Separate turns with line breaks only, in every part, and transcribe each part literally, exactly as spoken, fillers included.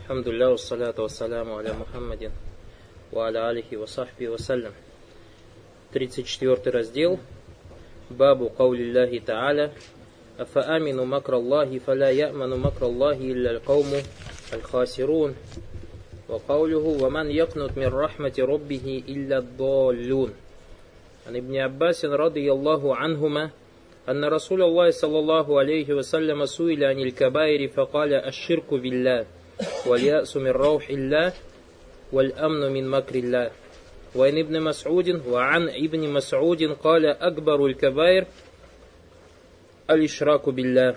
Алхамдулилля, вассаляту вассаляму аля Мухаммадин, ва аля алихи ва сахби вассалям. тридцать четвёртый раздел. Бабу каулиллахи та'аля. Афа амину макраллахи, фаля я'ману макраллахи илля аль-кауму аль-хасирун. Ва каулюху, ва ман якнут мир рахмати роббихи илля ад-даллюн. Ан ибн Аббасин радияллаху анхума, أن رسول الله صلى الله عليه وسلم سئل عن الكبائر فقال الشرك بالله واليأس من روح الله والأمن من مكر الله. وعن ابن مسعود وعن ابن مسعود قال أكبر الكبائر الإشراك بالله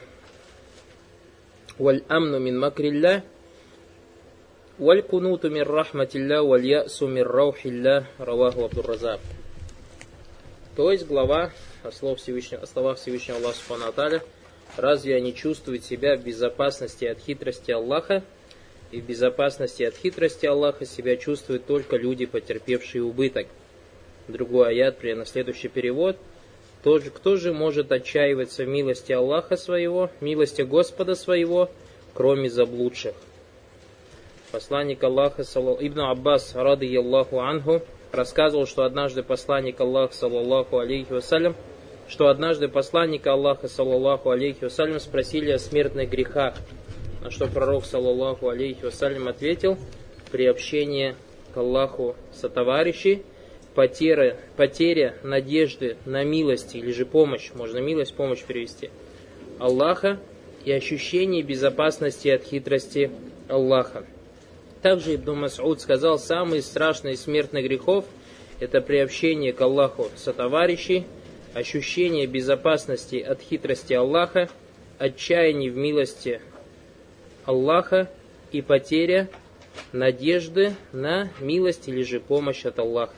والأمن من مكر الله والقنوط من رحمة الله واليأس من روح الله. رواه عبد الرزاق. То есть глава о словах Всевышнего, о словах Всевышнего Аллаха Субхану ва Тааля: разве они чувствуют себя в безопасности от хитрости Аллаха? И в безопасности от хитрости Аллаха себя чувствуют только люди, потерпевшие убыток. Другой аят, примерно следующий перевод: кто же, кто же может отчаиваться в милости Аллаха своего, милости Господа своего, кроме заблудших? Посланник Аллаха Ибн Аббас радияллаху анху рассказывал, что однажды посланник Аллаха саллаллаху алейхи вассалям, что однажды посланника Аллаха саллаллаху алейхи вассалям спросили о смертных грехах, на что пророк саллаллаху алейхи вассалям ответил: приобщение к Аллаху сотоварищей, потеря, потеря надежды на милость или же помощь, можно милость, помощь перевести, Аллаха, и ощущение безопасности от хитрости Аллаха. Также Ибн Мас'уд сказал: самый страшный из смертных грехов — это приобщение к Аллаху сотоварищей, ощущение безопасности от хитрости Аллаха, отчаяние в милости Аллаха и потеря надежды на милость или же помощь от Аллаха.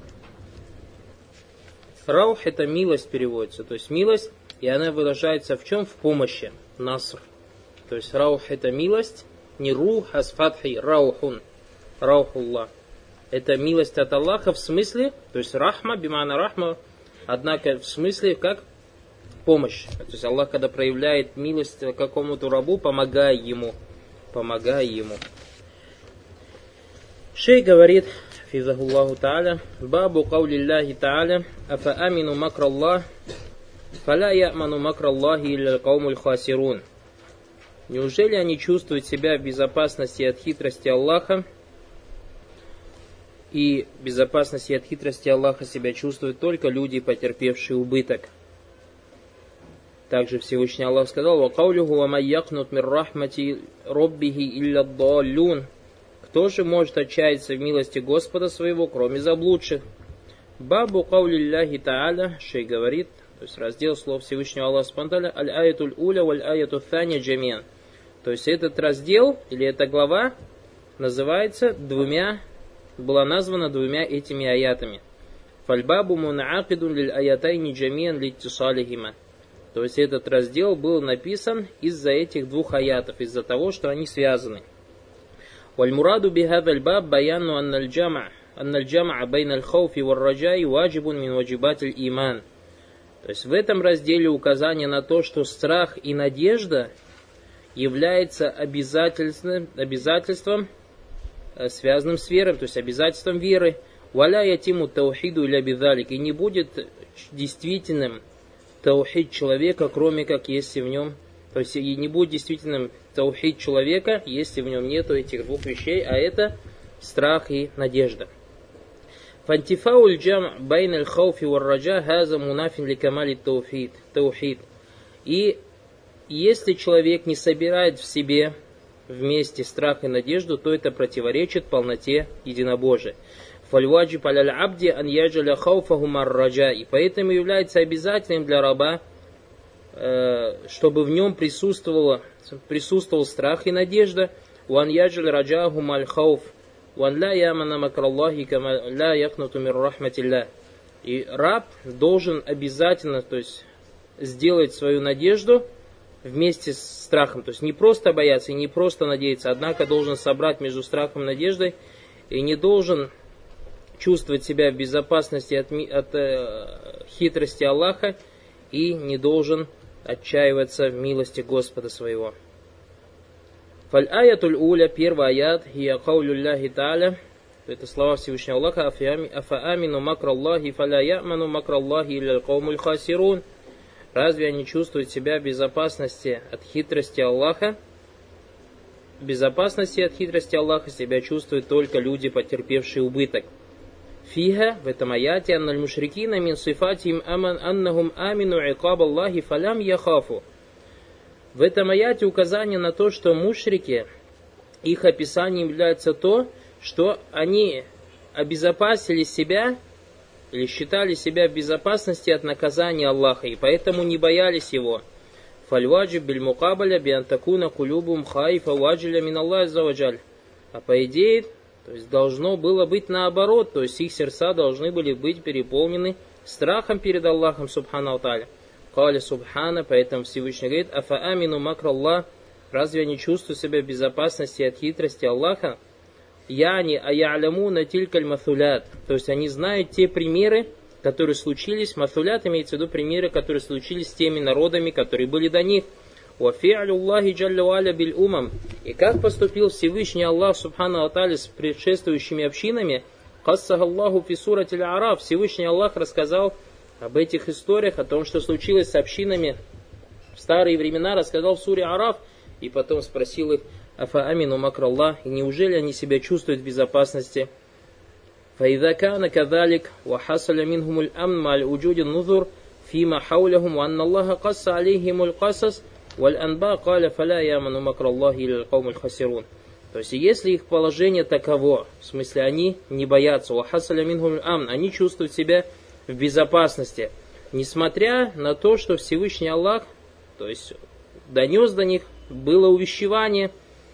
Раух — это милость переводится, то есть милость, и она выражается в чем? В помощи, наср. То есть раух — это милость, не рух, а с фатхой раухун, раухуллах. Это милость от Аллаха в смысле, то есть рахма, бимана рахма, однако в смысле как помощь. То есть Аллах, когда проявляет милость какому-то рабу, помогай ему, помогай ему. Шейх говорит, физахуллаху та'аля: бабу каулиллахи та'аля, афа амину макраллах, фаля я'ману макраллахи илля аль-каумуль хасирун. Неужели они чувствуют себя в безопасности от хитрости Аллаха? И в безопасности от хитрости Аллаха себя чувствуют только люди, потерпевшие убыток. Также Всевышний Аллах сказал: «Ва каулюху ва май якнут мир рахмати роббихи илля ад-даллюн». Кто же может отчаяться в милости Господа своего, кроме заблудших? Бабу каулилляхи та'аля, шейх говорит, то есть раздел слов Всевышнего Аллаха Субхану ва Тааля: аль-аятуль уля валь-аяту таня джамиан. То есть этот раздел или эта глава называется двумя, была названа двумя этими аятами. Фальбабу мунаакидун лиль аятайни джамиан литтисалихима. То есть этот раздел был написан из-за этих двух аятов, из-за того, что они связаны. Валь-мураду бихадаль баб баяну анналь джама, анналь джама байналь хауфи валь раджаи ваджибун мин ваджибатиль иман. То есть в этом разделе указание на то, что страх и надежда является обязательством, обязательством, связанным с верой, то есть обязательством веры. Валя ятиму таухиду иля бидалик. И не будет действительным таухид человека, кроме как если в нем, то есть и не будет действительным таухид человека, если в нем нету этих двух вещей, а это страх и надежда. Фантифауль джам байна аль-хауфи вар-раджа хаза мунафин ли камали таухид. И если человек не собирает в себе вместе страх и надежду, то это противоречит полноте единобожия. Фальваджиб аляль абди ан яджаля хауфаху мар-раджа. И поэтому является обязательным для раба, чтобы в нем присутствовало, присутствовал страх и надежда. Уан яджаль раджаху маль-хауф. Уан ла ямана макраллахи кама ла якнуту мир рахматилля. И раб должен обязательно, то есть, сделать свою надежду вместе с страхом. То есть не просто бояться и не просто надеяться, однако должен собрать между страхом и надеждой, и не должен чувствовать себя в безопасности от, от э, хитрости Аллаха, и не должен отчаиваться в милости Господа своего. Фаль аятуль уля, первый аят, хия каулюлляхи та'аля, это слова Всевышнего Аллаха, афаамину макраллахи фаля яману макраллахи илля каумуль хасирун. Разве они чувствуют себя в безопасности от хитрости Аллаха? В безопасности от хитрости Аллаха себя чувствуют только люди, потерпевшие убыток. Фиха, в этом аяте, анналь мушрикина мин сифатим аман аннахум амину икаб Аллахи фалям яхафу. В этом аяте указание на то, что мушрики, их описанием является то, что они обезопасили себя или считали себя в безопасности от наказания Аллаха, и поэтому не боялись его. Фальваджиб биль мукабаля биантакуна кулюбум хайфа ваджиля мин Аллах заваджаль. А по идее, то есть должно было быть наоборот, то есть их сердца должны были быть переполнены страхом перед Аллахом субхану тааля. Каля субхана, поэтому Всевышний говорит, афа амину макраллах, разве они чувствуют себя в безопасности от хитрости Аллаха? Яни аялямуна тилькаль маthулят, то есть они знают те примеры, которые случились, маthулят имеется в виду примеры, которые случились с теми народами, которые были до них. Уафи'алюллахи джалля аля биль умам, и как поступил Всевышний Аллах субхану тааля с предшествующими общинами, кассахаллаху фи суратиль араф, Всевышний Аллах рассказал об этих историях, о том, что случилось с общинами в старые времена, рассказал в суре Араф, и потом спросил их, афа амину макраллах, и неужели они себя чувствуют в безопасности? فإذا كان كذلك وحصل منهم الأمن مع الوجود النذر فيما حولهم وأن الله قص عليهم القصص والأنباء قال فلا يأمن مكر الله إلا القوم الخاسرون. То есть, если их положение таково, в смысле, они не боятся, وحصل منهم الأمن, они чувствуют себя в безопасности, несмотря на то, что Всевышний Аллах, то есть, донес до них, было увещевание,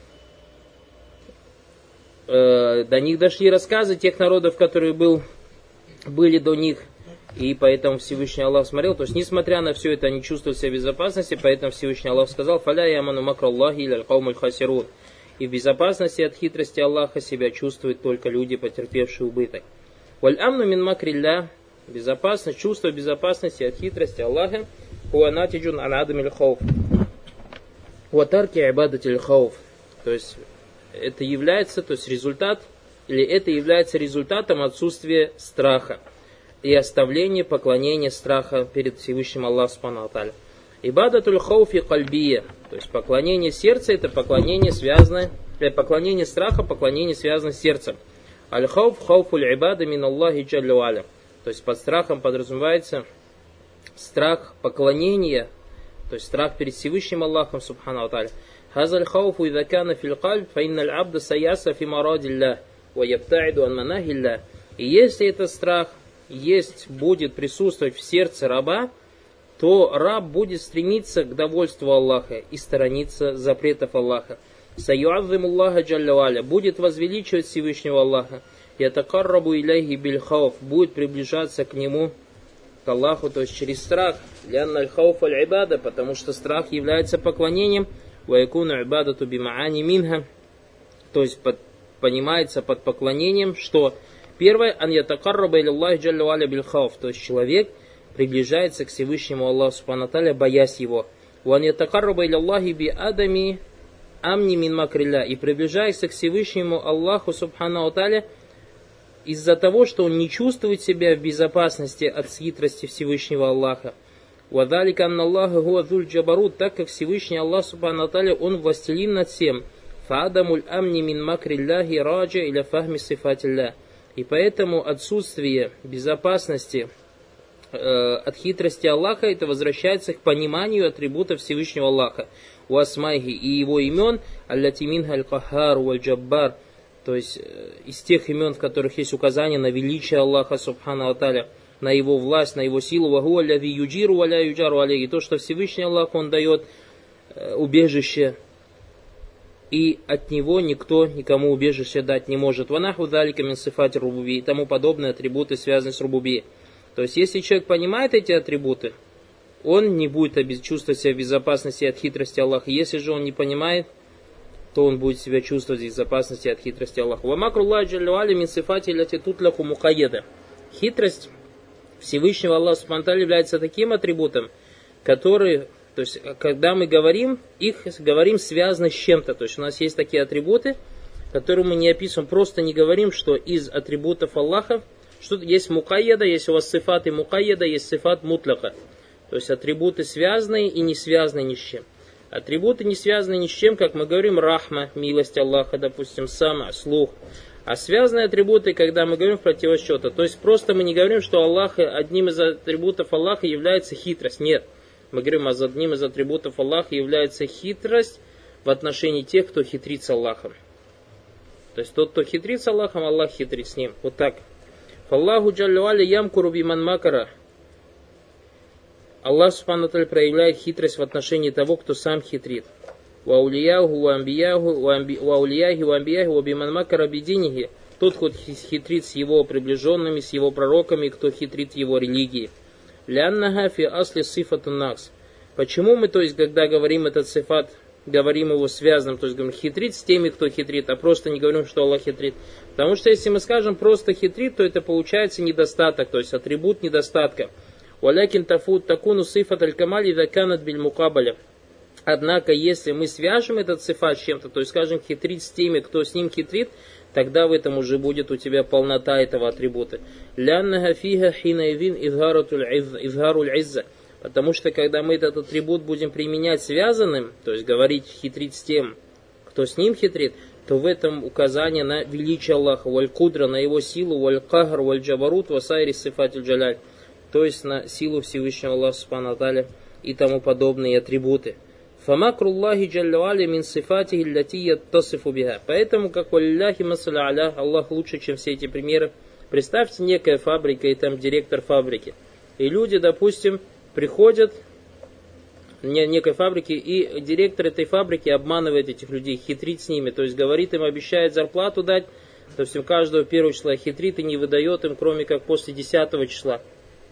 до них дошли рассказы тех народов, которые был, были до них, и поэтому Всевышний Аллах смотрел. То есть, несмотря на все это, они чувствуют себя в безопасности, поэтому Всевышний Аллах сказал, «Фаля яману макраллахи илля аль-каумуль хасирун». И в безопасности от хитрости Аллаха себя чувствуют только люди, потерпевшие убыток. «Валь амну мин макрилля», безопасность, чувство безопасности от хитрости Аллаха, «Хуа натиджун ан адамиль хауф». «Хуа тарки ибадатиль хауф». То есть, это является, то есть результат, или это является результатом отсутствия страха и оставления поклонения страха перед Всевышним Аллахом субхану ва тааля. Ибадатуль хауфи кальбия, то есть поклонение сердца, это поклонение связанное, поклонение страха, поклонение связано с сердцем. Аль-хауф хауфуль ибада мин Аллахи джалля ва аля. То есть под страхом подразумевается страх поклонения, то есть страх перед Всевышним Аллахом субхану ва тааля. هذا الخوف إذا كان في القلب فإن العبد سيأسى في مراد الله ويبتعد عن مناهي الله. И если этот страх есть, будет присутствовать в сердце раба, то раб будет стремиться к довольству Аллаха и сторониться запретов Аллаха. Саю'аззиму Аллаха джалля ва аля, будет возвеличивать Всевышнего Аллаха. Ятакаррабу иляйхи биль хауф, будет приближаться к нему, к Аллаху, то есть через страх. Лянна аль-хауф аль-ибада, потому что страх является поклонением. وَيَكُونُ عِبَادَةُ بِمَعَانِ مِنْهَا, то есть под, понимается под поклонением, что первое, أَنْ يَتَقَرَّبَ إِلَى اللَّهِ جَلَّ وَعَلَى بِالْخَوْفِ, то есть человек приближается к Всевышнему Аллаху субхану ва тааля, боясь его. وَأَنْ يَتَقَرَّبَ إِلَى اللَّهِ بِأَدَمِ أَمْنِ مِنْ مَكْرِ اللَّهِ, и приближается к Всевышнему Аллаху субхану ва тааля из-за того, что он не чувствует себя в безопасности от хитрости Всевышнего Аллаха. وَذَلِكَ أَنَّ اللَّهَ هُوَ ذُو الْجَبَرُوتِ, так как Всевышний Аллах субхану ва тааля, он властелин над всем. فَعَدَمُ الْأَمْنِ مِنْ مَكْرِ اللَّهِ رَاجِعُ إِلَى فَهْمِ صِفَاتِ اللَّهِ. И поэтому отсутствие безопасности э, от хитрости Аллаха, это возвращается к пониманию атрибутов Всевышнего Аллаха. وَأَسْمَائِهِ, и его имен, الَّتِي مِنْهَا الْقَهَّارُ وَالْجَبَّارُ, то есть э, из тех имен, в которых есть указание на величие Аллаха субхану ва тааля, на его власть, на его силу, вагуа ляви юджиру валя юджару алейхи, то, что Всевышний Аллах, он дает э, убежище, и от него никто никому убежище дать не может. Ванаху далика мин сифати рубуби, и тому подобные атрибуты, связанные с рубуби. То есть, если человек понимает эти атрибуты, он не будет чувствовать себя в безопасности от хитрости Аллаха. Если же он не понимает, то он будет себя чувствовать в безопасности от хитрости Аллаха. Ва макруллахи джалля ва аля мин сифати ляти тутлаху мукайяда. Хитрость Всевышнего Аллаха субхану ва тааля является таким атрибутом, который То есть, когда мы говорим, их говорим связано с чем-то. То есть, у нас есть такие атрибуты, которые мы не описываем, просто не говорим, что из атрибутов Аллаха, что есть мукайяда, есть у вас сифаты мукайяда, есть сифат мутляка. То есть, атрибуты связанные и не связанные ни с чем. Атрибуты не связаны ни с чем, как мы говорим, рахма, милость Аллаха, допустим, сама, слух. А связанные атрибуты, когда мы говорим в противосчета. То есть, просто мы не говорим, что Аллах, одним из атрибутов Аллаха является хитрость. Нет. Мы говорим, а одним из атрибутов Аллаха является хитрость в отношении тех, кто хитрит с Аллахом. То есть, тот, кто хитрит с Аллахом, Аллах хитрит с ним. Вот так. Фаллаху джалля ва'аля ямкуру биман макара. Аллах субхану ва тааля проявляет хитрость в отношении того, кто сам хитрит. Ваулияху, ваамбияху, ваулияхи, ваамбияхи, вабиман макара бидинихи. Тот, кто хитрит с его приближенными, с его пророками, кто хитрит в его религии. Ляннага фи асли сифатун накс. Почему мы, то есть, когда говорим этот сифат, говорим его связанным, то есть, говорим хитрит с теми, кто хитрит, а просто не говорим, что Аллах хитрит. Потому что, если мы скажем просто хитрит, то это получается недостаток, то есть, атрибут недостатка. Валякин тафут такуну сифат аль-камаль ида канат биль мукабаля. Однако, если мы свяжем этот сифат с чем-то, то есть, скажем, хитрить с теми, кто с ним хитрит, тогда в этом уже будет у тебя полнота этого атрибута. Ляннага фиха хинаивин изгаруль изза. Потому что, когда мы этот атрибут будем применять связанным, то есть, говорить, хитрить с тем, кто с ним хитрит, то в этом указание на величие Аллаха, валь-кудра, на его силу, валь-кахр, валь-джабарут, васайри сифатиль джаляль. То есть, на силу Всевышнего Аллаха субхану ва тааля и тому подобные атрибуты. Фамакруллахи джалля ва аля мин сифатихи ллати яттасифу биха. Поэтому, как валлахи масаля аля, Аллах лучше, чем все эти примеры. Представьте, некая фабрика, и там директор фабрики. И люди, допустим, приходят в некой фабрике, и директор этой фабрики обманывает этих людей, хитрит с ними. То есть, говорит им, обещает зарплату дать. Допустим, каждого первого числа хитрит и не выдает им, кроме как после десятого числа.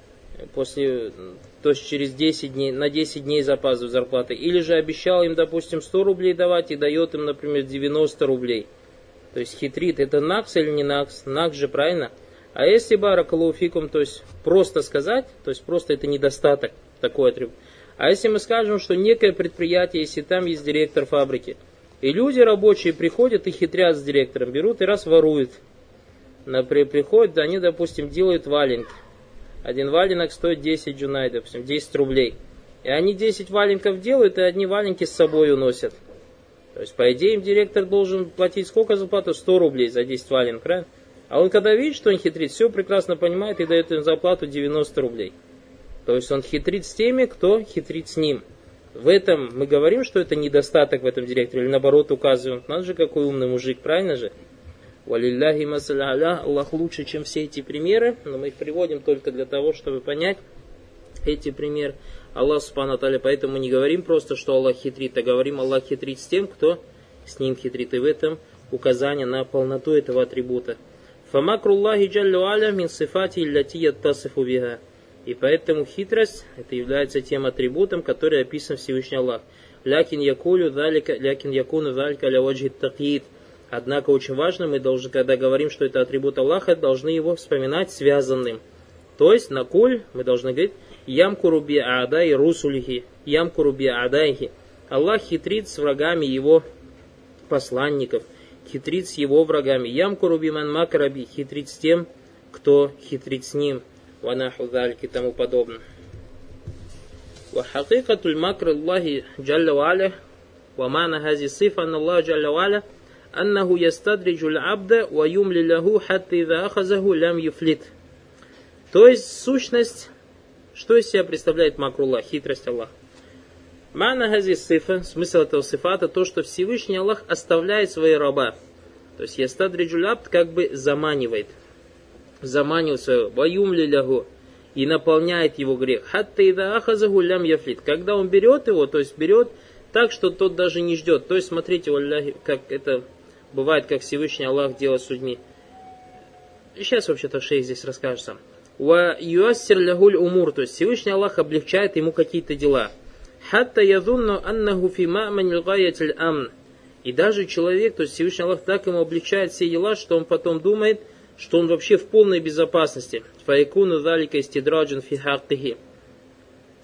После, то есть через десять дней, на десять дней запасывают зарплаты. Или же обещал им, допустим, сто рублей давать и дает им, например, девяносто рублей. То есть хитрит. Это накс или не накс? Накс же, правильно? А если баракалуфикум, то есть просто сказать, то есть просто это недостаток, такой атрибут. А если мы скажем, что некое предприятие, если там есть директор фабрики, и люди рабочие приходят и хитрят с директором, берут и раз воруют. Например, приходят, они, допустим, делают валенки. Один валенок стоит десять джунай, допустим, десять рублей. И они десять валенков делают, и одни валенки с собой уносят. То есть, по идее, им директор должен платить сколько зарплату? сто рублей за десять валенок, правильно? А он, когда видит, что он хитрит, все прекрасно понимает и дает им зарплату девяносто рублей. То есть, он хитрит с теми, кто хитрит с ним. В этом мы говорим, что это недостаток в этом директоре, или наоборот указываем. Надо же, какой умный мужик, правильно же? Валилляхи масаля аля, Аллах лучше, чем все эти примеры, но мы их приводим только для того, чтобы понять эти примеры. Аллах субхану ва тааля, поэтому не говорим просто, что Аллах хитрит, а говорим, Аллах хитрит с тем, кто с ним хитрит. И в этом указание на полноту этого атрибута. Фамакруллахи джалля ва аля мин сифати лляти яттасифу биха. И поэтому хитрость, это является тем атрибутом, который описан Всевышний Аллах. Лякин якулю залика, лякин якуну залика ля ваджхи такьид. Однако очень важно, мы должны, когда говорим, что это атрибут Аллаха, должны его вспоминать связанным. То есть, на куль мы должны говорить, ямкуру би аадай русулихи, ямкуру би аадайхи. Аллах хитрит с врагами его посланников, хитрит с его врагами. Ямкуру би ман макраби, хитрит с тем, кто хитрит с ним. Ванаху дальки и тому подобное. Ва хакикатуль макр Аллахи джалля ва аля, ва мана хази сифа ан Аллах джалля ва аля, аннаху ястадриджуль абда ва юмли лаху хатта иза ахазаху лям юфлит. То есть сущность, что из себя представляет макруллах, хитрость Аллаха. Мана хази сифа, смысл этого сифата, то, что Всевышний Аллах оставляет свои раба. То есть ястадриджуль абд как бы заманивает, заманивает своего, ва юмли лаху, и наполняет его грех. Хатта иза ахазаху лям юфлит. Когда он берет его, то есть берет так, что тот даже не ждет. То есть смотрите, валляхи, как это бывает, как Всевышний Аллах делает с людьми. И сейчас вообще-то шейх здесь расскажет сам. Ва юассир лахуль умур, то есть Всевышний Аллах облегчает ему какие-то дела. Хатта язунну аннаху фи ма'манил гаятиль амн. И даже человек, то есть Всевышний Аллах так ему облегчает все дела, что он потом думает, что он вообще в полной безопасности. Фаякуну залика истидраджан фи хактихи.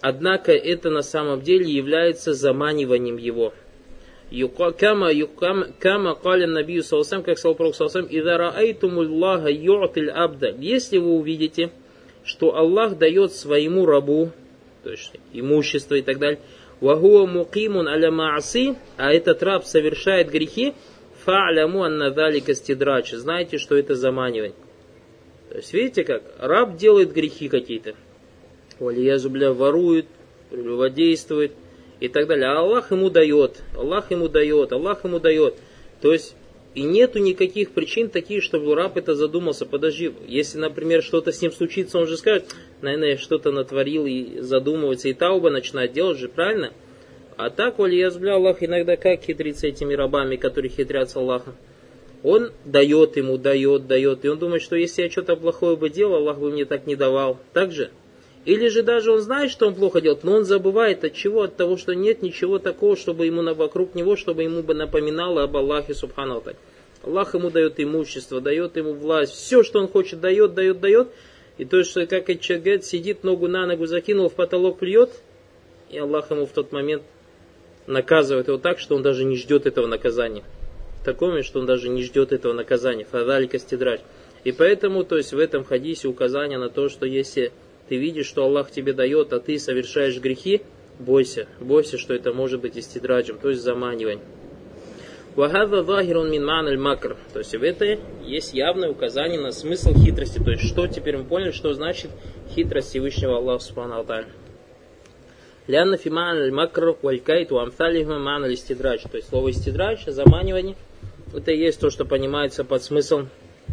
однако это на самом деле является заманиванием его. Кама каля набию салсам, как сказал пророк салсам, «Ида раайтумуллаха ю'тиль абда». Если вы увидите, что Аллах дает своему рабу, то есть имущество и так далее, «Вахуа мукимун аля ма'аси», а этот раб совершает грехи, «Фа'ляму анна залика стидрач». Знаете, что это заманивание. То есть, видите как? Раб делает грехи какие-то. Валиязу бля, ворует, прелюбодействует и так далее. А Аллах ему дает, Аллах ему дает, Аллах ему дает. То есть, и нету никаких причин таких, чтобы раб это задумался. Подожди, если, например, что-то с ним случится, он же скажет, наверное, я что-то натворил и задумывается, и тауба начинает делать же, правильно? А так, валиязу бля, Аллах иногда как хитрит с этими рабами, которые хитрят с Аллахом. Он дает ему, дает, дает. И он думает, что если я что-то плохое бы делал, Аллах бы мне так не давал. Так же? Или же даже он знает, что он плохо делает, но он забывает от чего? От того, что нет ничего такого, чтобы ему вокруг него, чтобы ему бы напоминало об Аллахе Субхану ва Тааля. Аллах ему дает имущество, дает ему власть. Все, что он хочет, дает, дает, дает. И то, что, как этот человек говорит, сидит, ногу на ногу закинул, в потолок плюет, и Аллах ему в тот момент наказывает его так, что он даже не ждет этого наказания. Такое, что он даже не ждет этого наказания. Фадалика стидрач. И поэтому, то есть в этом хадисе указание на то, что если ты видишь, что Аллах тебе дает, а ты совершаешь грехи, бойся. Бойся, что это может быть истидраджем, то есть заманивание. Вахадва захирун мин ма'наль макр. То есть в этой есть явное указание на смысл хитрости. То есть что теперь мы поняли, что значит хитрость Всевышнего Аллаха Субхану ва Тааля. Лянна фи ма'наль макр валькайт у амсалихма ма'наль истидрадж. То есть слово истидрадж, заманивание, это и есть то, что понимается под смыслом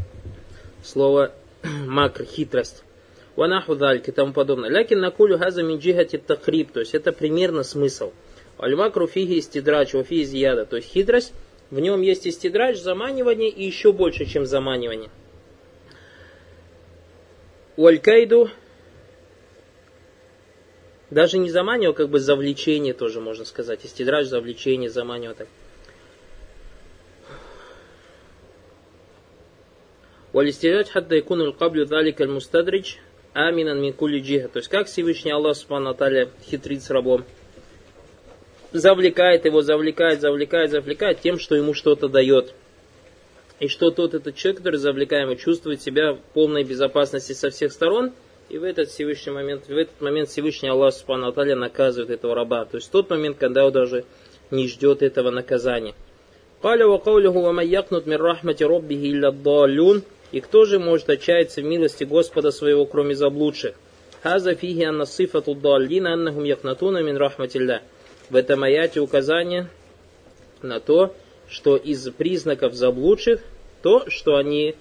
слова макр, хитрость. Ванаху дальк и тому подобное. Лякин накулю хаза мин джихати такриб. То есть это примерно смысл. Аль-макру фиги истидрадж, ва фиги зияда. То есть хитрость, в нем есть истидрадж, заманивание и еще больше, чем заманивание. Уалькайду, даже не заманивание, как бы завлечение тоже можно сказать. Истидрадж, завлечение, заманивание. Так. Уалистидрадж хадда якуну аль-каблю залик аль-мустадридж аминан мин кулли джиха. То есть как Всевышний Аллах Субхану ва Тааля хитрит с рабом. Завлекает его, завлекает, завлекает, завлекает тем, что ему что-то дает. И что тот этот человек, который завлекаемый, чувствует себя в полной безопасности со всех сторон. И в этот Всевышний момент, в этот момент Всевышний Аллах Субхану ва Тааля наказывает этого раба. То есть в тот момент, когда он даже не ждет этого наказания. Каля ва каулюху ва ман якнут мин рахмати роббихи илля аддаллюн. И кто же может отчаяться в милости Господа своего, кроме заблудших? Хаза фиги анна сифату даллина аннахум якнатуна мин рахматилля. В этом аяте указание на то, что из признаков заблудших, то, что они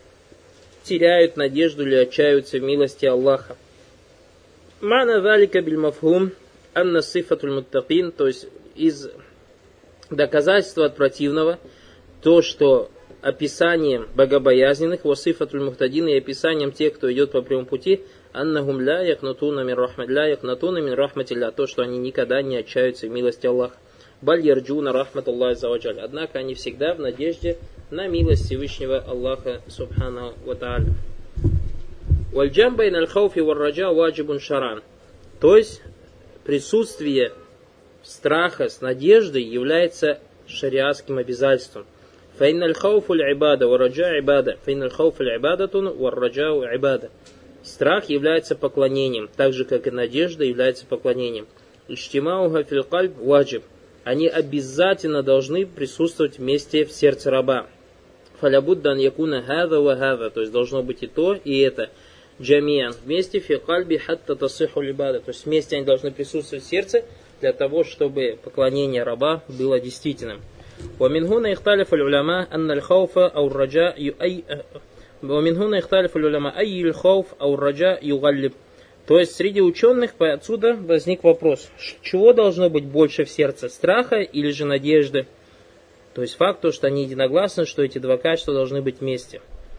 теряют надежду или отчаиваются в милости Аллаха. Мана залика биль мафхум анна сифатуль муттакин, то есть из доказательства от противного, то, что описанием богобоязненных, васифатуль мухтадин, и описанием тех, кто идет по прямому пути, аннахум ля якнатуна мин рахмат ля якнатуна мин рахматилля, то, что они никогда не отчаются в милости Аллаха. Баль ярджуна рахматуллахи заваджаль. Однако они всегда в надежде на милость Всевышнего Аллаха Субхану ва Тааля. Вальджам байна аль-хауфи вар-раджа ваджибун шаран. То есть присутствие страха с надеждой является шариатским обязательством. Фаинна аль-хауфу аль-ибада вар-раджа ибада. Фаинна аль-хауфу аль-ибадатун вар-раджа ибада. Страх является поклонением, так же как и надежда является поклонением. Иштимауха фил кальб ваджиб. Они обязательно должны присутствовать вместе в сердце раба. Фалябуддан якуна хаза ва хаза. То есть должно быть и то, и это. Джамиан. Вместе фи кальби хатта тасиху либада. То есть вместе они должны присутствовать в сердце для того, чтобы поклонение раба было действительным. ومن هنا اختلف العلماء أن الخوف أو الرجاء أي ومن هنا اختلف العلماء أي الخوف أو الرجاء يغلب. То есть среди ученых отсюда возник вопрос, чего должно быть больше в сердце, страха или же надежды? То есть факт, то, что они единогласны, что эти два качества должны быть вместе.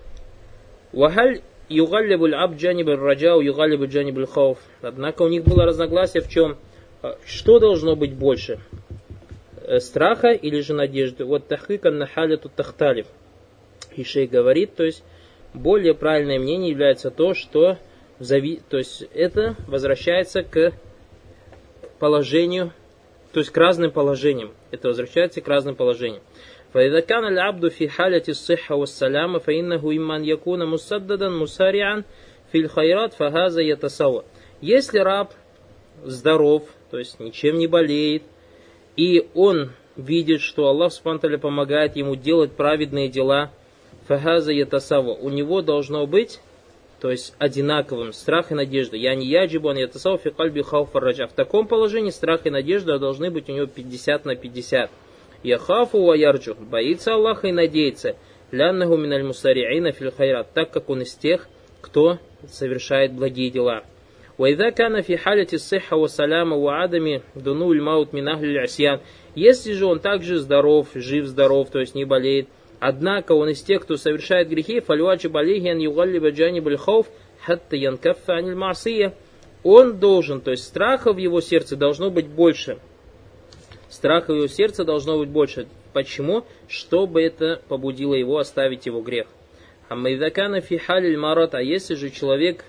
وهل يغلب العبد جانب الرجاء ويغلب جانب الخوف. Однако у них было разногласие в чем? Что должно быть больше? Страха или же надежды? Вот тахик ан-нахаля тут тахталив. И шейх говорит, то есть более правильное мнение является то, что зави... то есть это возвращается к положению, то есть к разным положениям. Это возвращается к разным положениям. فإذا كان العبد في حالة الصحة والسلامة فإنه إما أن يكون مسددا مسارعا في الخيرات فهذا يتسوى. Если раб здоров, то есть ничем не болеет, и он видит, что Аллах Субхану ва Тааля помогает ему делать праведные дела, фахаза ятасава, у него должно быть, то есть одинаковым страх и надежда. Я не яджибу ан ятасава фи кальби хауф ар-раджа. В таком положении страх и надежда должны быть у него пятьдесят на пятьдесят. Яхафу ва ярджу, боится Аллаха и надеется, ляннаху миналь мусари'ина фил хайрат, так как он из тех, кто совершает благие дела. وإذا كان في حالة الصحة والسلامة وعدم دنو الموت من أهل العصيان. Если же он также здоров, жив-здоров, то есть не болеет, однако он из тех, кто совершает грехи, فالواجب عليه أن يغلب جانب الخوف حتى ينكف عن المعصية. Он должен, то есть страха в его сердце должно быть больше. Страха в его сердце должно быть больше. Почему? Чтобы это побудило его оставить его грех. أما إذا كان في حال المرض, а если же человек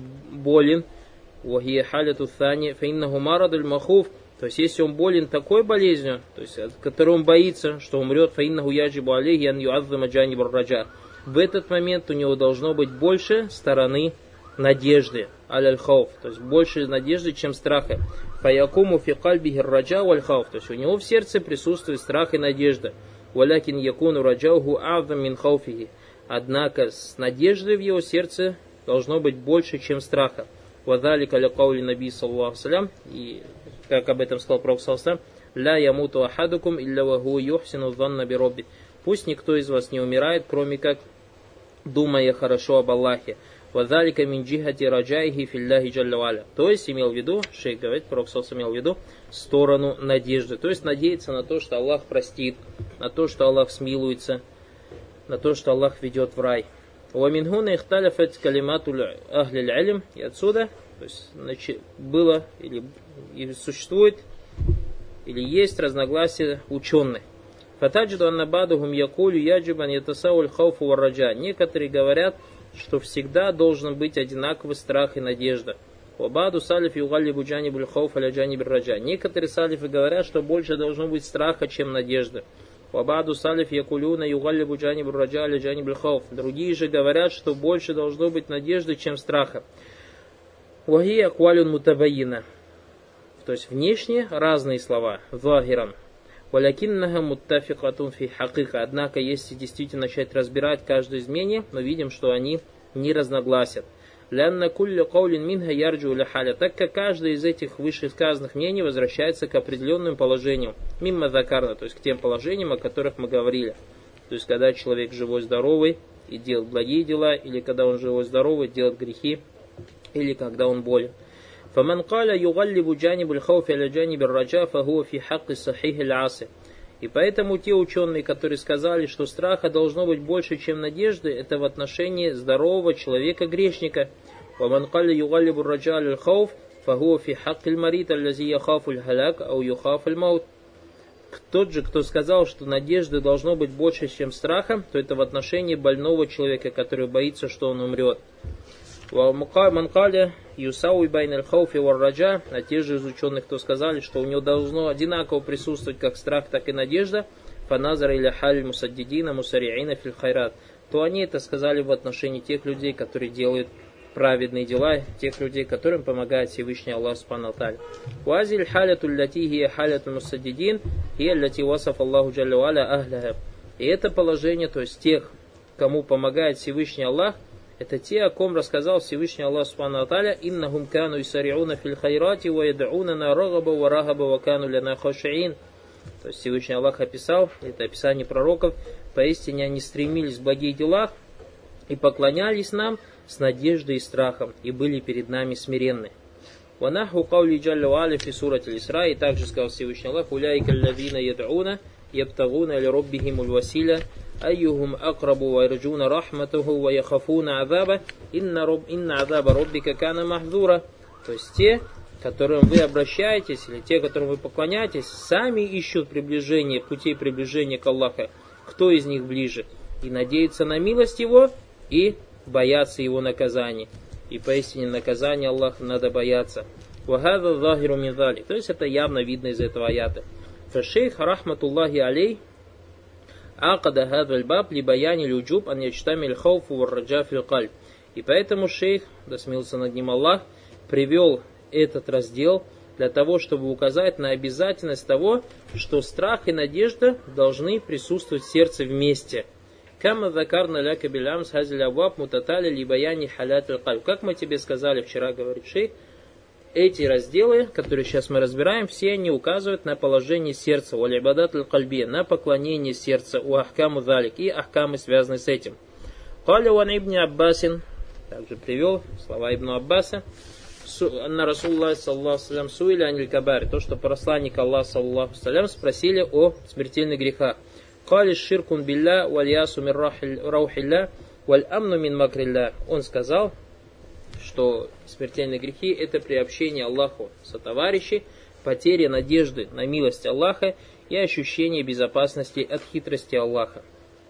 болен, وهي حالة الثانية فإنه مرض المخوف, то есть если он болен такой болезнью, то есть от которой он боится, что умрет, فإنه يجب عليه أن يعظم جانب الرجاء. В этот момент у него должно быть больше стороны надежды, аль-хауф, то есть больше надежды, чем страха. فيقوم في قلبه الرجاء والخوف, то есть у него в сердце присутствует страх и надежда. ولكن يكون رجاؤه أعظم من خوفه. Однако с надеждой в его сердце должно быть больше, чем страха. وذلك لقول النبي صلى الله عليه وسلم, и как об этом сказал Пророк саллаллаху алейхи ва саллям, لا يموت أحدكم إلا وهو يحسن الظن بربه. Пусть никто из вас не умирает, кроме как думая хорошо об Аллахе. وذلك من جهة رجائه في الله جل وعلا. То есть имел в виду, шейх говорит, Пророк саллаллаху алейхи ва саллям имел в виду сторону надежды. То есть надеяться на то, что Аллах простит, на то, что Аллах смилуется, на то, что Аллах ведет в рай. ومن هنا اختلفت كلمات أهل العلم, и отсюда, то есть, значит, было или, или существует или есть разногласия ученых. فتجد أن بعضهم يقول يجب أن يتساوى الخوف والرجاء. Некоторые говорят, что всегда должен быть одинаковый страх и надежда. وبعض السلف يغلب جانب الخوف على جانب الرجاء. Некоторые салифы говорят, что больше должно быть страха, чем надежды. وبعض السلف يقولون يغلب جانب الرجاء على جانب الخوف. Другие же говорят, что больше должно быть надежды, чем страха. وهي أقوال متبينة. То есть внешне разные слова. ظاهرا. ولكنها متفقة في حقيقة. Однако, если действительно начать разбирать каждое из мнений, мы видим, что они не разногласят. لأن كل قول منها يرجع لحالة. Так как каждое из этих вышесказанных мнений возвращается к определенным положениям. Мимма закарна, то есть к тем положениям, о которых мы говорили. То есть когда человек живой, здоровый и делает благие дела, или когда он живой, здоровый, делает грехи, или когда он болен. فمن قال يغلب جانب الخوف على جانب الرجاء فهو في حق الصحيح العاصي. И поэтому те ученые, которые сказали, что страха должно быть больше, чем надежды, это в отношении здорового человека-грешника. ومن قال يغلب الرجاء على الخوف فهو في حق المريض الذي يخاف الهلاك أو يخاف الموت. Тот же, кто сказал, что надежды должно быть больше, чем страха, то это в отношении больного человека, который боится, что он умрет. Манкаля Юсауи Байн аль-Хауфи вар-Раджа, а те же из ученых, кто сказали, что у него должно одинаково присутствовать как страх, так и надежда, фаназар или халь мусаддидина мусариина филь хайрат, то они это сказали в отношении тех людей, которые делают праведные дела, тех людей, которым помогает Всевышний Аллах Субхану ва Тааля. Уазиль халяту ллати хия халяту мусаддидин хия ллати васаф Аллаху джалля ва аля ахляха. И это положение, то есть тех, кому помогает Всевышний Аллах, это те, о ком рассказал Всевышний Аллах Субхану ва Тааля: «Иннахум кану исариуна фил хайрати ва яд'унана рагаба ва рагаба ва кану ляна хашиин». То есть Всевышний Аллах описал, это описание пророков, поистине они стремились в благих делах и поклонялись нам с надеждой и страхом, и были перед нами смиренны. Ва наху каули джалля ва аля фи сурати аль-Исра, и также сказал Всевышний Аллах: «Уляйка аллазина яд'уна ябтагуна ли роббихимуль василя أيهم أقرب ويرجون رحمته ويخافون عذابه إن رب إن عذاب ربك كان محذورا». То есть те, к которым вы обращаетесь, или те, которым вы поклоняетесь, сами ищут приближение, путей приближения к Аллаху. Кто из них ближе? И надеются на милость Его, и боятся Его наказания. И поистине наказания Аллаха надо бояться. Вахада захиру мин залик. То есть это явно видно из этого аята. Фашейх рахматуллахи алей акада хадваль баб ли баяни люджуб ан ячтамиль хауфу варраджа фил кальб. И поэтому шейх, да смился над ним Аллах, привел этот раздел для того, чтобы указать на обязательность того, что страх и надежда должны присутствовать в сердце вместе. Кама закарна ляка билям с хазиль абваб мутатали ли баяни халят аль кальб. Как мы тебе сказали вчера, говорит шейх, эти разделы, которые сейчас мы разбираем, все они указывают на положение сердца, валибадат аль-кальби, на поклонение сердца, у ахкаму залик и ахкамы, связанные с этим. Каля ван ибн Аббасин, также привел слова Ибн Аббаса, на Расуллах саллаху салям суили аниль кабари, то, что посланник Аллаха саллаху салям спросили о смертельных грехах. Кали ширкун билля валь ясу мин раухилля валь амну мин макрилля. Он сказал, что смертельные грехи это приобщение Аллаху сотоварищей, потеря надежды на милость Аллаха и ощущение безопасности от хитрости Аллаха.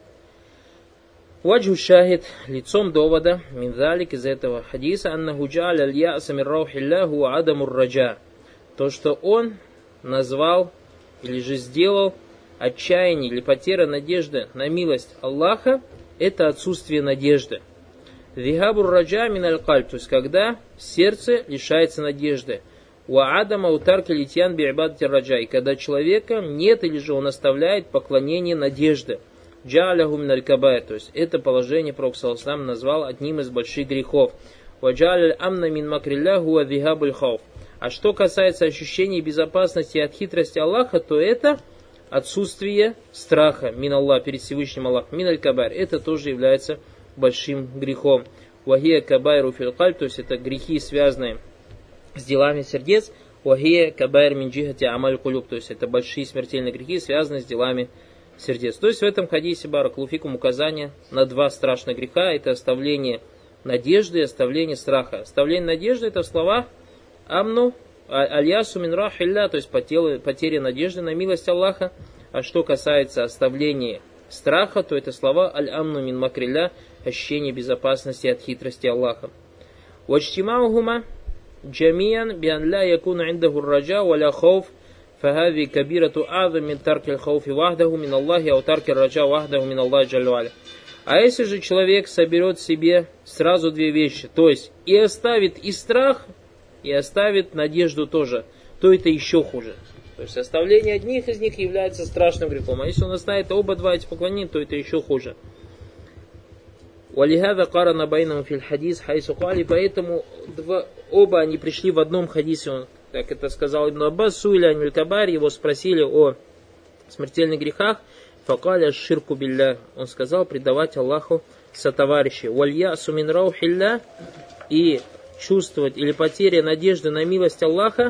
Ваджу шахид, лицом довода, минзалик из этого хадиса, аннаху джа'аля аль-я'са мин раухиллаху адамур раджа. То, что он назвал или же сделал отчаяние или потеря надежды на милость Аллаха, это отсутствие надежды. Вихабур раджа мин аль-кальб, то есть когда сердце лишается надежды. Ва адама утарка литьян би'ибадати раджа, и когда человека нет или же он оставляет поклонение надежды. Джа'аляху мин аль-кабайр, то есть это положение Пророк саллаллаху алейхи ва саллям назвал одним из больших грехов. Ва джа'аля амна мин макрилляху ва вихабуль хауф. А что касается ощущения безопасности от хитрости Аллаха, то это отсутствие страха мин Аллах перед Всевышним Аллахом. Мин аль-кабайр, это тоже является большим грехом. Вахия кабайру фил кальб, то есть это грехи, связанные с делами сердец. Вахия кабайр мин джихати амаль кулюб, то есть это большие смертельные грехи, связанные с делами сердец. То есть в этом хадисе баракалуфикум указание на два страшных греха. Это оставление надежды и оставление страха. Оставление надежды это слова амну аль-ясу мин рахилля, то есть потеря надежды на милость Аллаха. А что касается оставления страха, то это слова аль-амну мин макрилля, ощущение безопасности от хитрости Аллаха. Вачтимаухума джамиян биан ла якуна индаху раджа валя хауф фахави кабирату азам мин таркиль хауфи вахдаху мин Аллахи ау таркиль раджа вахдаху мин Аллахи джалля валя. А если же человек соберет себе сразу две вещи, то есть и оставит и страх, и оставит надежду тоже, то это еще хуже. То есть оставление одних из них является страшным грехом. А если он оставит оба два эти поклонения, то это еще хуже. Валихада карана байнам фил хадис хайсу кали, поэтому два, оба они пришли в одном хадисе. Он, как это сказал Ибн Аббас, суили аниль кабари, его спросили о смертельных грехах. Факаля ширку билля, он сказал предавать Аллаху сотоварищей. Валья сумин раухилля, и чувствовать или потеря надежды на милость Аллаха.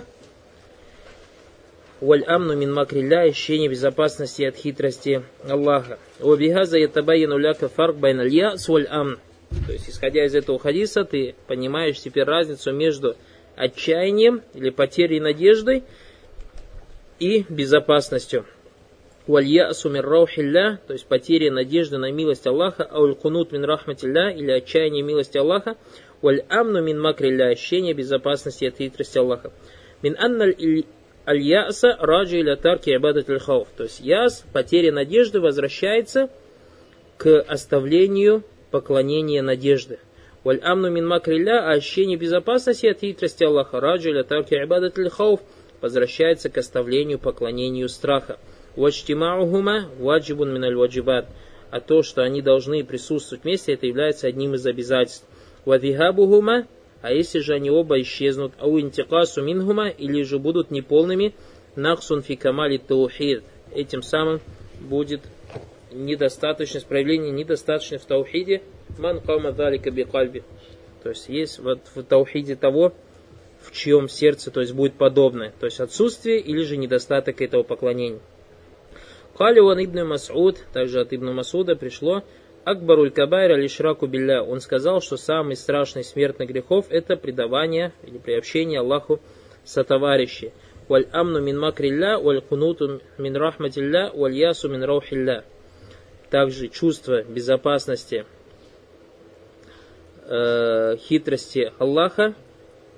Валь амну мин макрилля, ощущение безопасности от хитрости Аллаха. Вабихаза ятабайяну ляка фарк байна льяс валь амн. То есть, исходя из этого хадиса, ты понимаешь теперь разницу между отчаянием или потерей надежды и безопасностью. Валь ясу мин раухилля, то есть потеря надежды на милость Аллаха, ауль кунут мин рахматилля, или отчаяние милости Аллаха, валь амну мин макрилля, ощущение безопасности от хитрости Аллаха. Мин анналь аль-яса раджи иля тарки ибадат аль-хауф. То есть яс, потеря надежды, возвращается к оставлению поклонения надежды. Валь амну мин макрилля, а ощущение безопасности от хитрости Аллаха, раджи иля тарки ибадат аль-хауф, возвращается к оставлению поклонению страха. Вачтимаухума ваджибун мин аль-ваджибат. А то, что они должны присутствовать вместе, это является одним из обязательств. Вадихабухума, а если же они оба исчезнут, ау интикасу минхума, или же будут неполными, нахсун фи камали таухид, этим самым будет недостаточность, проявление недостаточно в таухиде, ман каума далика би кальби. То есть есть вот в таухиде того, в чьем сердце, то есть будет подобное, то есть отсутствие или же недостаток этого поклонения. Кали ван ибн Мас'уд, также от Ибн Мас'уда пришло, Акбаруль кабайра лишраку билля. Он сказал, что самый страшный смертных грехов это предавание или приобщение Аллаху сотоварищей. Валь амну мин макрилля, валь кунуту мин рахматилля, валь ясу мин раухилля. Также чувство безопасности, э, хитрости Аллаха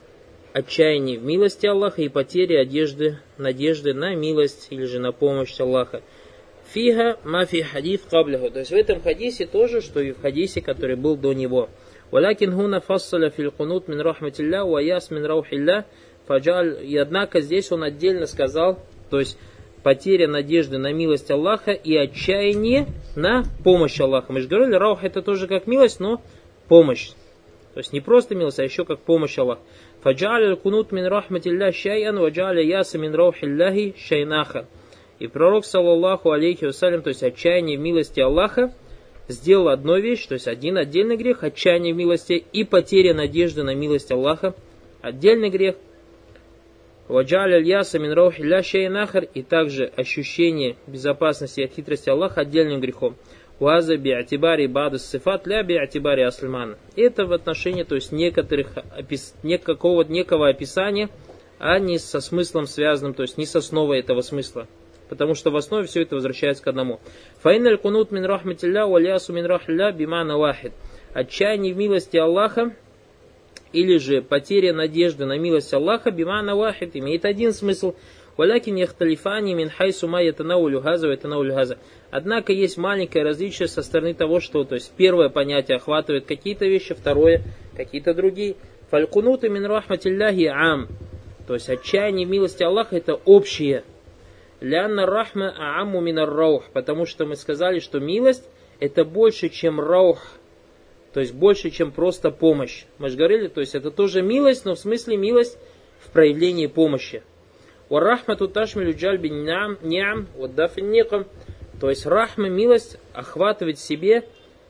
отчаяние в милости Аллаха и потеря одежды, надежды на милость или же на помощь Аллаха. Фига мафи хадис кабляху. То есть в этом хадисе тоже, что и в хадисе, который был до него. Валякин хуна фассаля фил кунут мин рахматилля ва яс мин раухилля фаджаль. И однако здесь он отдельно сказал, то есть потеря надежды на милость Аллаха и отчаяние на помощь Аллаха. Мы же говорили, раух это тоже как милость, но помощь. То есть не просто милость, а еще как помощь Аллаха. Фаджаль кунут мин рахматилля шай'ан ваджаль яса мин раухилляхи шайнаха. И пророк, саллаллаху алейхи вассалям, то есть отчаяние в милости Аллаха, сделал одну вещь, то есть один отдельный грех, отчаяние в милости, и потеря надежды на милость Аллаха, отдельный грех. Ваджаль аль-яса мин раухилля шайнахар, и также ощущение безопасности от хитрости Аллаха отдельным грехом. Уаза би'атибари бадас сифат ля би'атибари аслимана. Это в отношении, то есть некоторых, некого, некого описания, а не со смыслом связанным, то есть не с основой этого смысла. Потому что в основе все это возвращается к одному. Фаиналь кунут мин рахматилля валясу мин рахилля бимана вахид. Отчаяние в милости Аллаха или же потеря надежды на милость Аллаха бимана вахид имеет один смысл. Валякин яхталифани мин хайсу ма ятанаулю газа ва ятанаулю газа. Однако есть маленькое различие со стороны того, что то есть первое понятие охватывает какие-то вещи, второе какие-то другие. Фалькунуты мин рахматилляхи ам. То есть отчаяние в милости Аллаха это общее. Лянна рахма аамму минар раух, потому что мы сказали, что милость это больше, чем раух, то есть больше, чем просто помощь. Мы же говорили, то есть это тоже милость, но в смысле милость в проявлении помощи. Ва рахмату ташмилю джальби ниам ва дафин никам, то есть рахма, милость охватывает в себе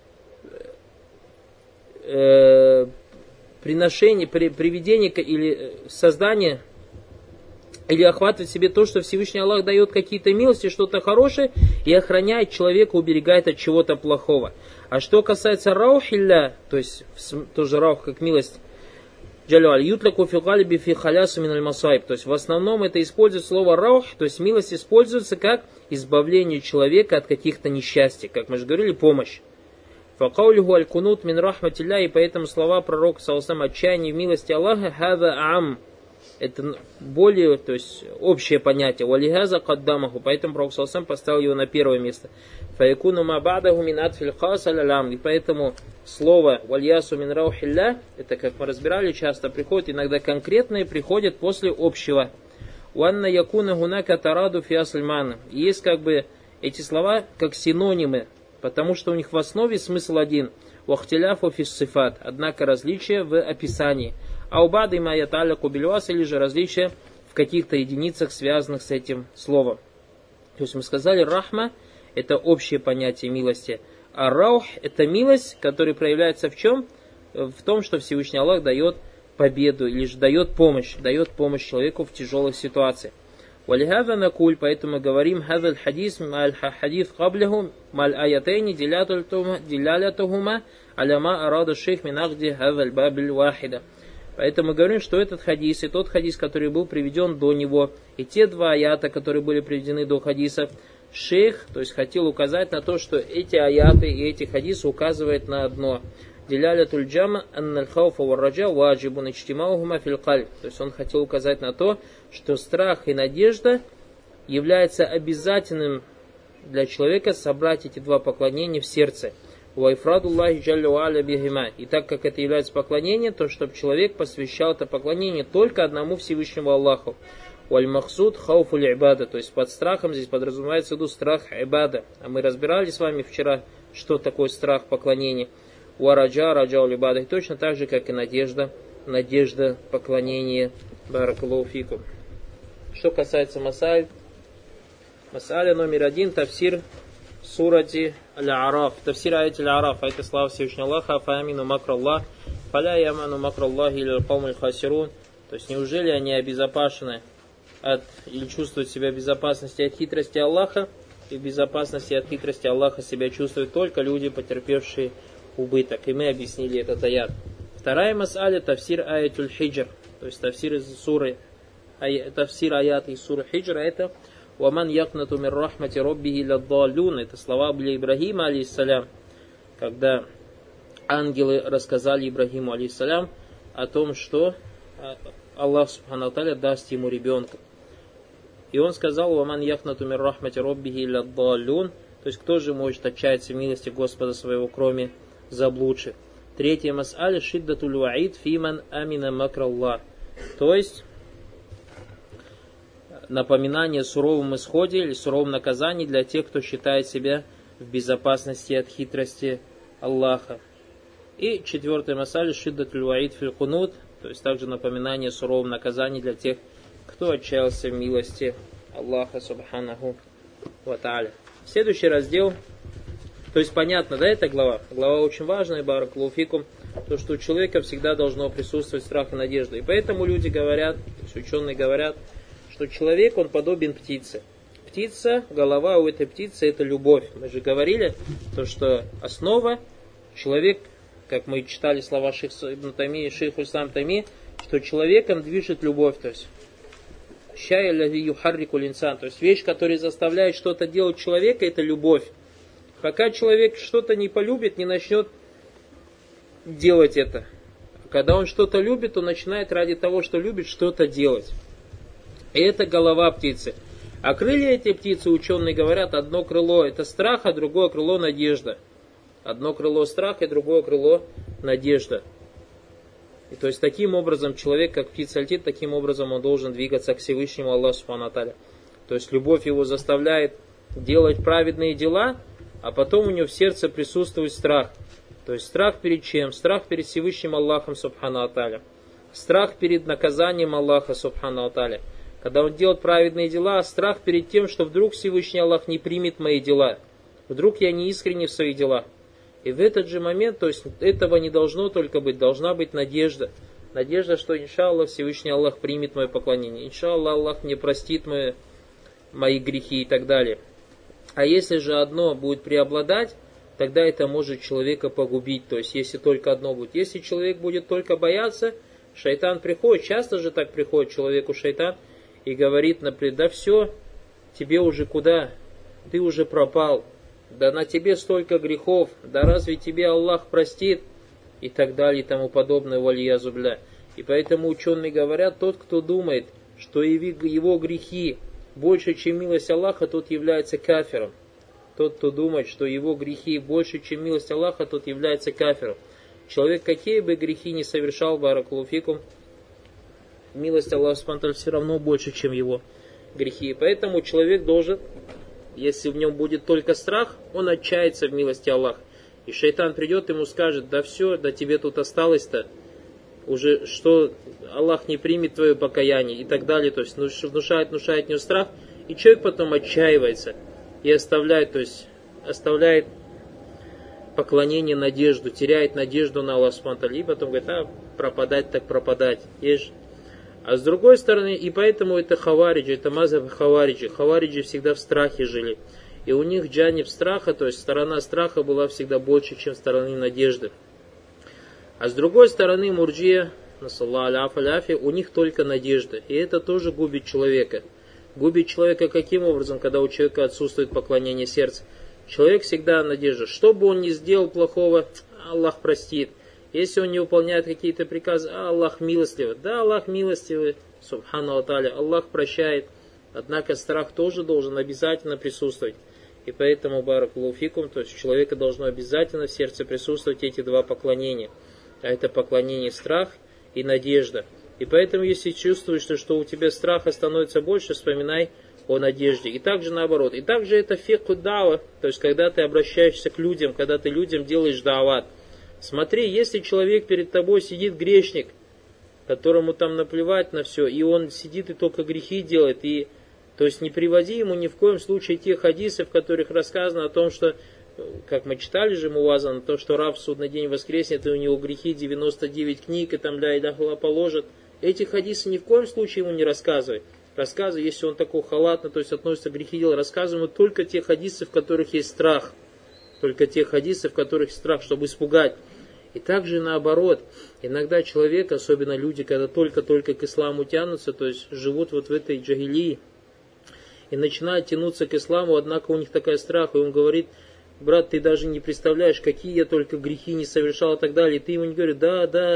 э, приношение, при, приведение или создание, или охватывает в себе то, что Всевышний Аллах дает какие-то милости, что-то хорошее, и охраняет человека, уберегает от чего-то плохого. А что касается раухилля, то есть тоже раух как милость, джалюаль, ютляку фи галиби фи халясу миналь масайб, то есть в основном это использует слово раух, то есть милость используется как избавление человека от каких-то несчастий, как мы же говорили, помощь. Факаулиху аль-кунут мин рахматилля, и поэтому слова пророка саллаллаху отчаяние в милости Аллаха, хада ам, это более, то есть общее понятие. Валихаза каддамаху, поэтому пророк саллаллаху поставил его на первое место. Фаякуну ма ба'даху мин атфил хас аль-алям, и поэтому слово вальясу мин раухилля, это как мы разбирали, часто приходит, иногда конкретное приходит после общего. Уанна якуна гунака тараду фи асльмана. Есть как бы эти слова как синонимы, потому что у них в основе смысл один. Вахтиляфу фи сифат, однако различие в описании. Аубады и маяталя кубильвас, или же различия в каких-то единицах, связанных с этим словом. То есть мы сказали, рахма это общее понятие милости, а раух это милость, которая проявляется в чем? В том, что Всевышний Аллах дает победу, или же дает помощь, дает помощь человеку в тяжелых ситуациях. Валихада накуль, поэтому мы говорим, хадаль хадис маль хадис каблиху маль аятайни дилялятухума аляма арада шейх минахди хадаль бабиль вахида. Поэтому мы говорим, что этот хадис и тот хадис, который был приведен до него, и те два аята, которые были приведены до хадисов, шейх, то есть хотел указать на то, что эти аяты и эти хадисы указывают на одно. Дилялятуль джама анналь хауфа варраджа ваджибун ичтимаухума фил кальб. То есть он хотел указать на то, что страх и надежда является обязательным для человека собрать эти два поклонения в сердце. Вайфрадуллахи джалля ва аля бихима. И так как это является поклонением, то чтобы человек посвящал это поклонение только одному Всевышнему Аллаху. Валь махсуд хауфуль ибада. То есть под страхом здесь подразумевается в виду страх ибада. А мы разбирали с вами вчера, что такое страх поклонения. Уараджа раджа улибада. И точно так же, как и надежда, надежда поклонения. Баракаллаху фикум. Что касается масаль, масаля номер один, тафсир сурати аль-Араф, тафсир аяти аль-Араф, это слава Всевышнего Аллаха, фаамину макраллах, фаля яману макраллахи или каумуль хасирун. То есть неужели они обезопасены от, или чувствуют себя в безопасности от хитрости Аллаха, и в безопасности от хитрости Аллаха себя чувствуют только люди, потерпевшие убыток. И мы объяснили этот аят. Вторая масаля, тафсир аятуль хиджр, то есть тафсир из суры, тафсир аят из суры хиджра, это «Ваман якнату мир рахмати роббихи ладдаллюн». Это слова были Ибрагима, алейхиссалям, когда ангелы рассказали Ибрагиму, алейхиссалям, о том, что Аллах Субхану Тааля даст ему ребенка. И он сказал: «Ваман яхнату мир рахмати роббихи илля даллюн». То есть, кто же может отчаяться в милости Господа своего, кроме заблудших. Третье мас'аля шиддатуль ваид фиман амина макраллах. То есть, напоминание о суровом исходе или суровом наказании для тех, кто считает себя в безопасности от хитрости Аллаха. И четвертое мас'аля шиддатуль ваид фил кунут. То есть, также напоминание о суровом наказании для тех, кто отчаялся в милости Аллаха Субханаху ва Тааля. Следующий раздел. То есть понятно, да, эта глава? Глава очень важная, баракаллаху фикум, то, что у человека всегда должно присутствовать страх и надежда. И поэтому люди говорят, то есть ученые говорят, что человек, он подобен птице. Птица, голова у этой птицы — это любовь. Мы же говорили, то, что основа, человек, как мы читали слова шейх Ибн Тайми, шейх Ислам Тайми, что человеком движет любовь, то есть щай ляви юхаррикуль инсан, то есть вещь, которая заставляет что-то делать человека, это любовь. Пока человек что-то не полюбит, не начнет делать это. Когда он что-то любит, он начинает ради того, что любит, что-то делать. И это голова птицы. А крылья этой птицы, ученые говорят, одно крыло это страх, а другое крыло надежда. Одно крыло страх, и другое крыло надежда. И то есть таким образом человек, как птица летит, таким образом он должен двигаться к Всевышнему Аллаху Субхану ва Тааля. То есть любовь его заставляет делать праведные дела, а потом у него в сердце присутствует страх. То есть страх перед чем? Страх перед Всевышним Аллахом Субхану ва Тааля. Страх перед наказанием Аллаха Субхану ва Тааля. Когда он делает праведные дела, страх перед тем, что вдруг Всевышний Аллах не примет мои дела. Вдруг я не искренне в своих делах. И в этот же момент, то есть этого не должно только быть, должна быть надежда. Надежда, что иншаллах Всевышний Аллах примет мое поклонение. Иншаллах Аллах мне простит мои, мои грехи и так далее. А если же одно будет преобладать, тогда это может человека погубить. То есть если только одно будет. Если человек будет только бояться, шайтан приходит, часто же так приходит человеку шайтан и говорит, например, да все, тебе уже куда, ты уже пропал. Да на тебе столько грехов, да разве тебе Аллах простит? И так далее, и тому подобное, валиязу билля. И поэтому ученые говорят, тот, кто думает, что его грехи больше, чем милость Аллаха, тот является кафиром. Тот, кто думает, что его грехи больше, чем милость Аллаха, тот является кафиром. Человек, какие бы грехи ни совершал, баракаллаху фикум, милость Аллаха Субхану ва Тааля все равно больше, чем его грехи. И поэтому человек должен, если в нем будет только страх, он отчается в милости Аллаха. И шайтан придет, ему скажет, да все, да тебе тут осталось-то, уже что Аллах не примет твое покаяние и так далее. То есть внушает, внушает в него страх, и человек потом отчаивается и оставляет, то есть оставляет поклонение, надежду, теряет надежду на Аллаха Субхану ва Тааля, и потом говорит, а пропадать так пропадать. Есть. А с другой стороны, и поэтому это хавариджи, это мазхаб хавариджи. Хавариджи всегда в страхе жили. И у них джаниб страха, то есть сторона страха была всегда больше, чем стороны надежды. А с другой стороны, мурджия, у них только надежда. И это тоже губит человека. Губит человека каким образом, когда у человека отсутствует поклонение сердца? Человек всегда надежда. Что бы он ни сделал плохого, Аллах простит. Если он не выполняет какие-то приказы, а Аллах милостивый. Да, Аллах милостивый, субхану ва тааля, Аллах прощает. Однако страх тоже должен обязательно присутствовать. И поэтому, баракаллаху фикум, то есть у человека должно обязательно в сердце присутствовать эти два поклонения. А это поклонение страх и надежда. И поэтому, если чувствуешь, что, что у тебя страха становится больше, вспоминай о надежде. И также наоборот. И также это фикху дава, то есть когда ты обращаешься к людям, когда ты людям делаешь даават. Смотри, если человек перед тобой сидит грешник, которому там наплевать на все, и он сидит и только грехи делает, и, то есть не приводи ему ни в коем случае тех хадисов, в которых рассказано о том, что, как мы читали же Муазан, то, что раб в судный день воскреснет, и у него грехи девяносто девять книг, и там ля иляха илля положат. Эти хадисы ни в коем случае ему не рассказывай. Рассказывай, если он такой халатно, то есть относится к грехи дела, рассказывай ему только те хадисы, в которых есть страх. Только те хадисы, в которых есть страх, чтобы испугать. И также наоборот, иногда человек, особенно люди, когда только-только к исламу тянутся, то есть живут вот в этой джагилии, и начинают тянуться к исламу, однако у них такая страх, и он говорит, брат, ты даже не представляешь, какие я только грехи не совершал и так далее. И ты ему не говоришь, да, да,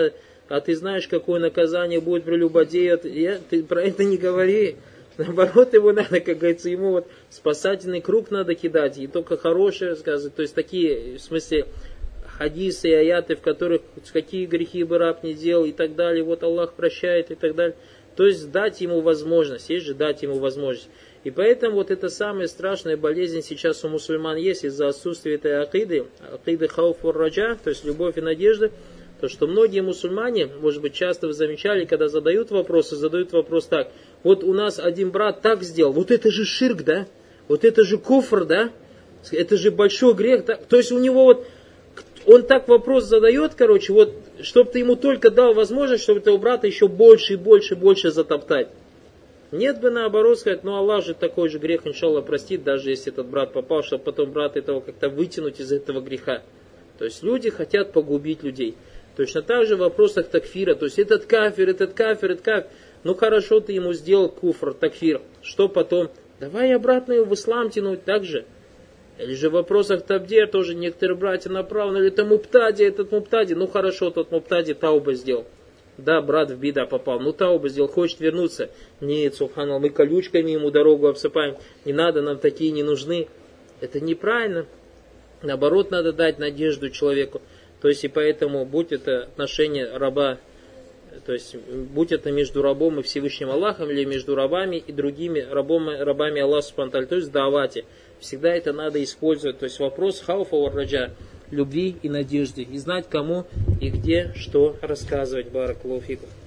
а ты знаешь, какое наказание будет прелюбодею, я, ты про это не говори. Наоборот, его надо, как говорится, ему вот спасательный круг надо кидать, и только хорошее рассказывать. То есть такие, в смысле, хадисы и аяты, в которых какие грехи бы раб не делал и так далее, вот Аллах прощает и так далее. То есть дать ему возможность, есть же дать ему возможность. И поэтому вот эта самая страшная болезнь сейчас у мусульман есть из-за отсутствия этой акиды, акиды хауф вар раджа, то есть любовь и надежда. То, что многие мусульмане, может быть, часто вы замечали, когда задают вопросы, задают вопрос так: вот у нас один брат так сделал, вот это же ширк, да? Вот это же куфр, да? Это же большой грех, да? То есть у него вот, он так вопрос задает, короче, вот, чтобы ты ему только дал возможность, чтобы этого брата еще больше и больше и больше затоптать. Нет бы наоборот сказать, ну Аллах же такой же грех, иншаллах, простит, даже если этот брат попал, чтобы потом брата этого как-то вытянуть из этого греха. То есть люди хотят погубить людей. Точно так же в вопросах такфира, то есть этот кафир, этот кафир, этот кафир, ну хорошо, ты ему сделал куфр, такфир, что потом? Давай обратно его в ислам тянуть так же. Или же в вопросах табдир тоже некоторые братья направлены, это муптади, этот муптади, ну хорошо, тот муптади тауба сделал. Да, брат в бида попал, ну тауба сделал, хочет вернуться. Нет, субханаллах, мы колючками ему дорогу обсыпаем, не надо, нам такие не нужны. Это неправильно. Наоборот, надо дать надежду человеку. То есть и поэтому, будь это отношение раба, то есть будь это между рабом и Всевышним Аллахом, или между рабами и другими рабами, рабами Аллаха субхану ва тааля, то есть давати, всегда это надо использовать. То есть вопрос хауфа вар раджа, любви и надежды, и знать кому и где что рассказывать. Баракаллаху фикум.